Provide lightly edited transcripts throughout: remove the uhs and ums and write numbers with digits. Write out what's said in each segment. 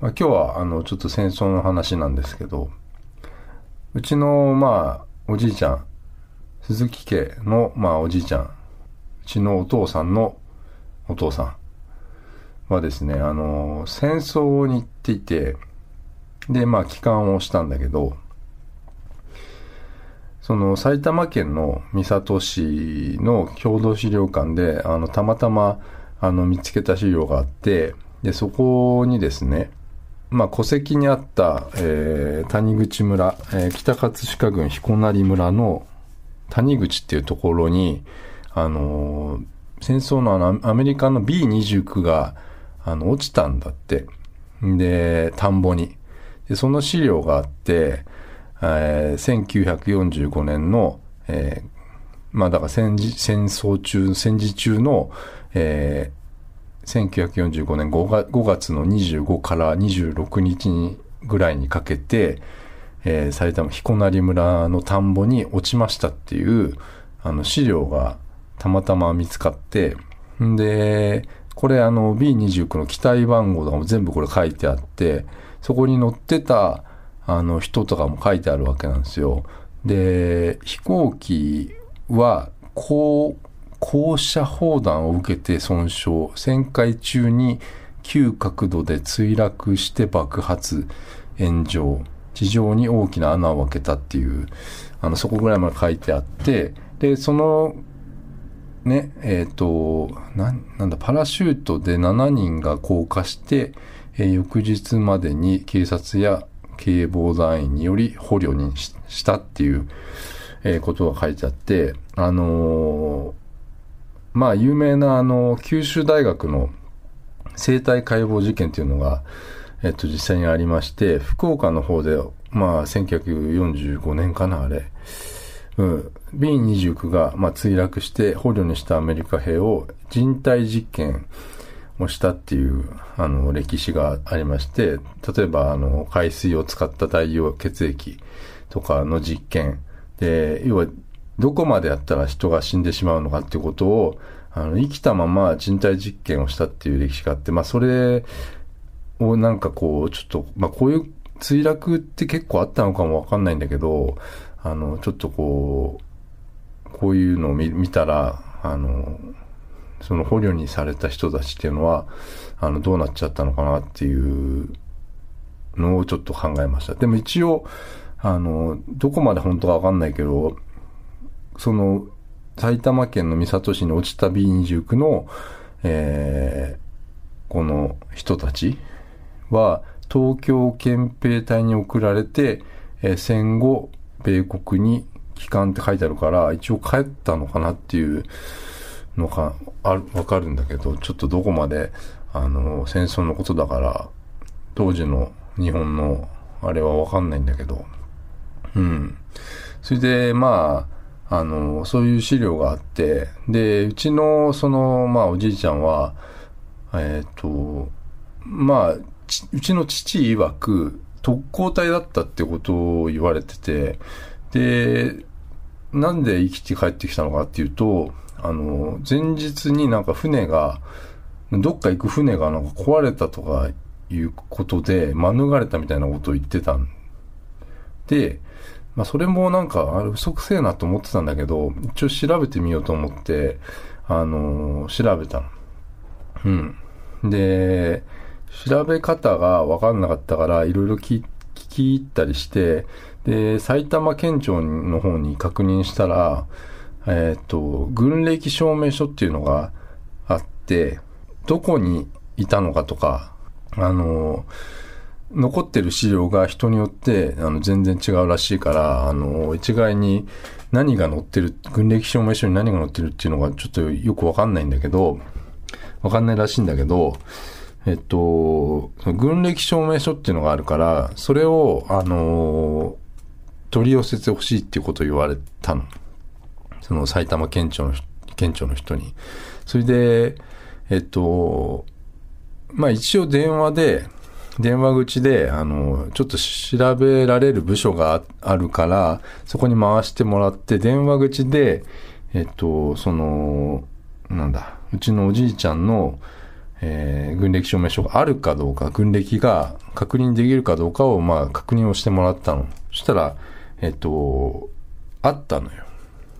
今日はちょっと戦争の話なんですけど、うちのおじいちゃん、鈴木家のおじいちゃん、うちのお父さんのお父さんはですね、戦争に行っていて、で帰還をしたんだけど、その埼玉県の三郷市の郷土資料館でたまたま見つけた資料があって、でそこにですね、戸籍にあった、谷口村、北葛飾郡彦成村の谷口っていうところに戦争のアメリカの B29 が落ちたんだって。で田んぼに。でその資料があって、1945年の、だから戦時中の、1945年5月の25から26日ぐらいにかけて、埼玉彦成村の田んぼに落ちましたっていう資料がたまたま見つかって、でこれB29 の機体番号とかも全部これ書いてあって、そこに乗ってた人とかも書いてあるわけなんですよ。で飛行機は高射砲弾を受けて損傷、旋回中に急角度で墜落して爆発炎上、地上に大きな穴を開けたっていうそこぐらいまで書いてあって、でそのねパラシュートで7人が降下して、翌日までに警察や警防団員により捕虜にしたっていう、ことが書いてあって、有名な九州大学の生体解剖事件っていうのが、実際にありまして、福岡の方で1945年かな、あれ、B29 が墜落して捕虜にしたアメリカ兵を人体実験をしたっていう歴史がありまして、例えば海水を使った代用血液とかの実験で、要はどこまでやったら人が死んでしまうのかっていうことを生きたまま人体実験をしたっていう歴史があって、それをちょっとこういう墜落って結構あったのかもわかんないんだけど、ちょっとこういうのを見たらその捕虜にされた人たちっていうのはどうなっちゃったのかなっていうのをちょっと考えました。でも一応どこまで本当かわかんないけど、その埼玉県の三郷市に落ちた B29 の、この人たちは東京憲兵隊に送られて、戦後米国に帰還って書いてあるから、一応帰ったのかなっていうのがわかるんだけど、ちょっとどこまで戦争のことだから当時の日本のあれはわかんないんだけど、それでそういう資料があって、でうちのおじいちゃんはうちの父曰く特攻隊だったってことを言われてて、でなんで生きて帰ってきたのかっていうと、前日に船がどっか行く船が壊れたとかいうことで免れたみたいなことを言ってたんで、それも嘘くせえなと思ってたんだけど、一応調べてみようと思って調べたの。で調べ方が分かんなかったからいろいろ聞き入ったりして、で埼玉県庁の方に確認したら、軍歴証明書っていうのがあって、どこにいたのかとか残ってる資料が人によって全然違うらしいから、一概に何が載ってる、軍歴証明書に何が載ってるっていうのがちょっとよく分かんないんだけど、分かんないらしいんだけど、軍歴証明書っていうのがあるから、それを取り寄せてほしいっていうことを言われたの。その埼玉県庁の人に。それで一応電話口でちょっと調べられる部署があるから、そこに回してもらって、電話口でうちのおじいちゃんの軍歴証明書があるかどうか、軍歴が確認できるかどうかを、まあ、確認をしてもらったの。そしたら、あったのよ。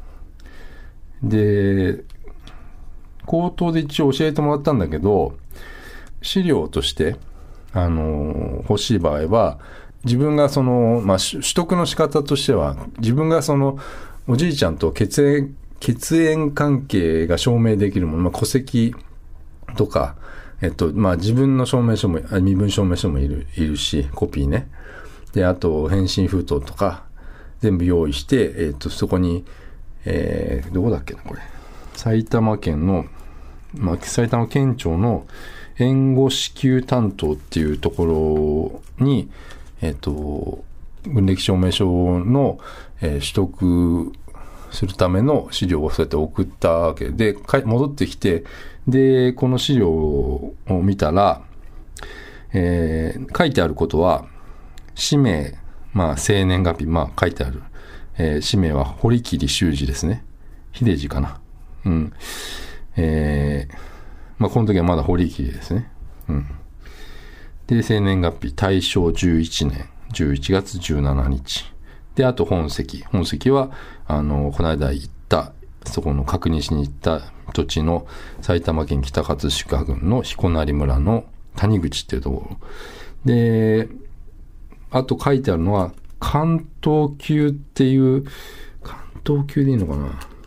で、口頭で一応教えてもらったんだけど、資料として、欲しい場合は、自分がまあ、取得の仕方としては、自分がおじいちゃんと血縁関係が証明できるもの、まあ、戸籍とか、まあ、自分の証明書も、身分証明書もいるし、コピーね。で、あと、返信封筒とか、全部用意して、そこに、どこだっけな、これ。埼玉県の、まあ、埼玉県庁の援護支給担当っていうところに、軍歴証明書の、取得するための資料をそうやって送ったわけで、戻ってきて、で、この資料を見たら、書いてあることは、氏名、まあ、生年月日、まあ、書いてある。氏名は堀切修二ですね。秀治かな。うん。まあ、この時はまだ堀切ですね。うん。で、生年月日、大正11年、11月17日。で、あと本籍。本籍は、この間行った、そこの確認しに行った土地の埼玉県北葛飾郡の彦成村の谷口っていうところ。で、あと書いてあるのは、関東級っていう、関東級でいいのかな？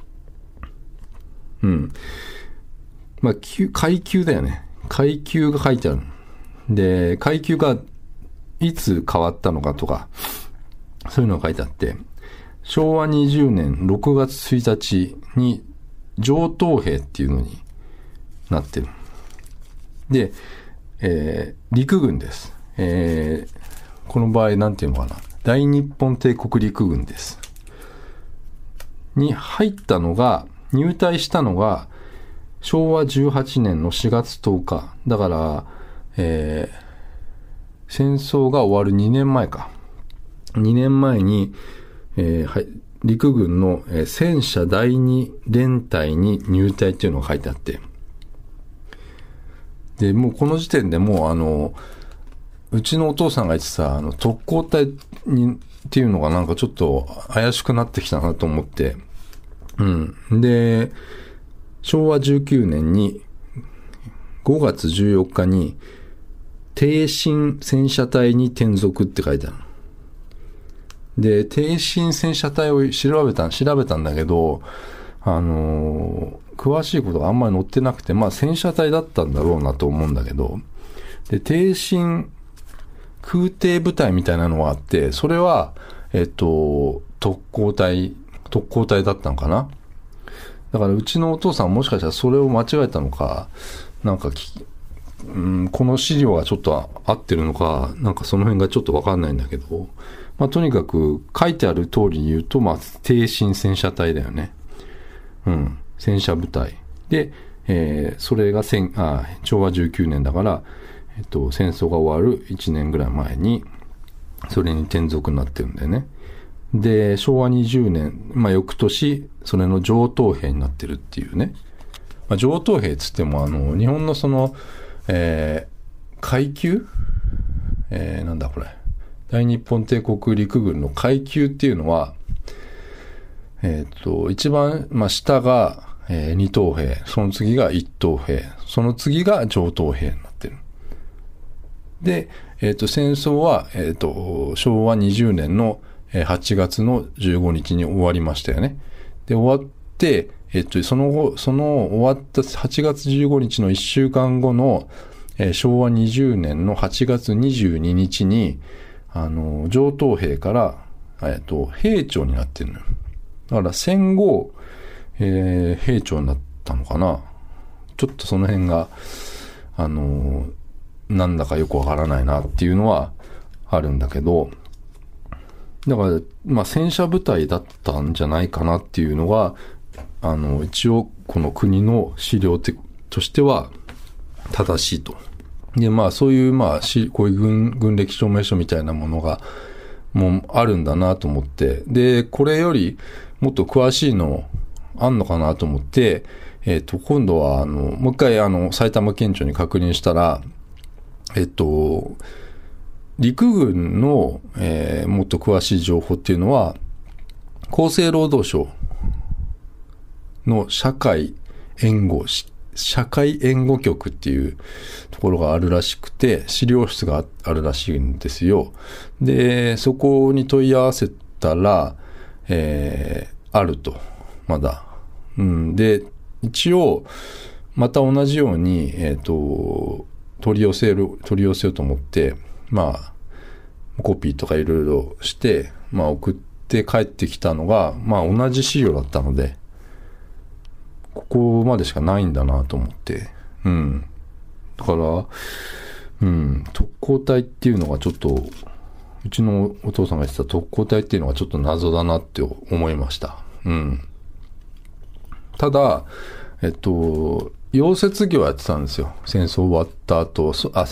うん。まあ、階級だよね。階級が書いてある。で、階級がいつ変わったのかとか、そういうのが書いてあって、昭和20年6月1日に上等兵っていうのになってる。で、陸軍です。この場合なんていうのかな。大日本帝国陸軍です。に入ったのが、入隊したのが、昭和18年の4月10日。だから、戦争が終わる2年前か。2年前に、陸軍の戦車第2連隊に入隊っていうのが書いてあって。で、もうこの時点でもううちのお父さんが言ってた、特攻隊にっていうのがなんかちょっと怪しくなってきたなと思って。うん。で、昭和19年に5月14日に、挺身戦車隊に転属って書いてある。で、挺身戦車隊を調べたんだけど、詳しいことがあんまり載ってなくて、まあ戦車隊だったんだろうなと思うんだけど、で、挺身空挺部隊みたいなのがあって、それは、特攻隊だったのかな。だからうちのお父さんもしかしたらそれを間違えたのか、なんかこの資料がちょっと合ってるのか、なんかその辺がちょっとわかんないんだけど、まあとにかく書いてある通りに言うと、まあ挺身戦車隊だよね。うん。戦車部隊。で、それが昭和19年だから、戦争が終わる1年ぐらい前に、それに転属になってるんだよね。で、昭和20年、まあ翌年、それの上等兵になってるっていうね。まあ、上等兵っつっても、日本の階級なんだこれ。大日本帝国陸軍の階級っていうのは、一番、まあ、下が、二等兵、その次が一等兵、その次が上等兵になってる。で、戦争は、昭和20年の8月の15日に終わりましたよね。で、終わって、その終わった8月15日の1週間後の、昭和20年の8月22日に、上等兵から、兵長になってるのよ。だから戦後、兵長になったのかな。ちょっとその辺が、なんだかよくわからないなっていうのはあるんだけど、だから、まあ、戦車部隊だったんじゃないかなっていうのが、一応、この国の資料としては正しいと。で、まあ、そういう、まあ、こういう軍歴証明書みたいなものが、もうあるんだなと思って、で、これよりもっと詳しいのあんのかなと思って、 今度はもう一回埼玉県庁に確認したら、陸軍の、もっと詳しい情報っていうのは、厚生労働省の社会援護局っていうところがあるらしくて、資料室があるらしいんですよ。で、そこに問い合わせたら、あると、まだ。で、一応、また同じように、取り寄せようと思って、まあ、コピーとかいろいろして、まあ、送って帰ってきたのが、まあ、同じ資料だったので、ここまでしかないんだなと思って、だから、特攻隊っていうのがちょっと、うちのお父さんが言ってた特攻隊っていうのがちょっと謎だなって思いました。ただ、溶接業やってたんですよ。戦争終わった後、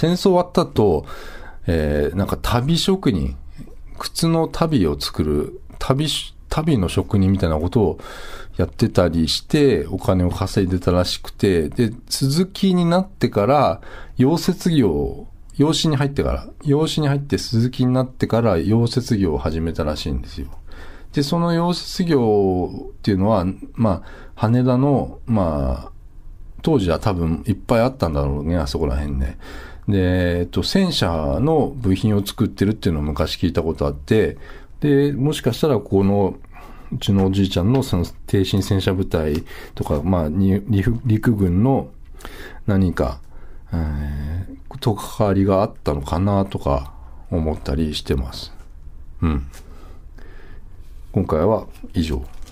なんか足袋職人、靴の足袋を作る、足袋の職人みたいなことをやってたりして、お金を稼いでたらしくて、で、続きになってから、養子に入って鈴木になってから溶接業を始めたらしいんですよ。で、その溶接業っていうのは、まあ、羽田の、まあ、当時は多分いっぱいあったんだろうね、あそこら辺ね。で、戦車の部品を作ってるっていうのを昔聞いたことあって、で、もしかしたらこの、うちのおじいちゃんのその挺身戦車部隊とか、まあ、陸軍の何か、と関わりがあったのかなとか思ったりしてます。今回は以上。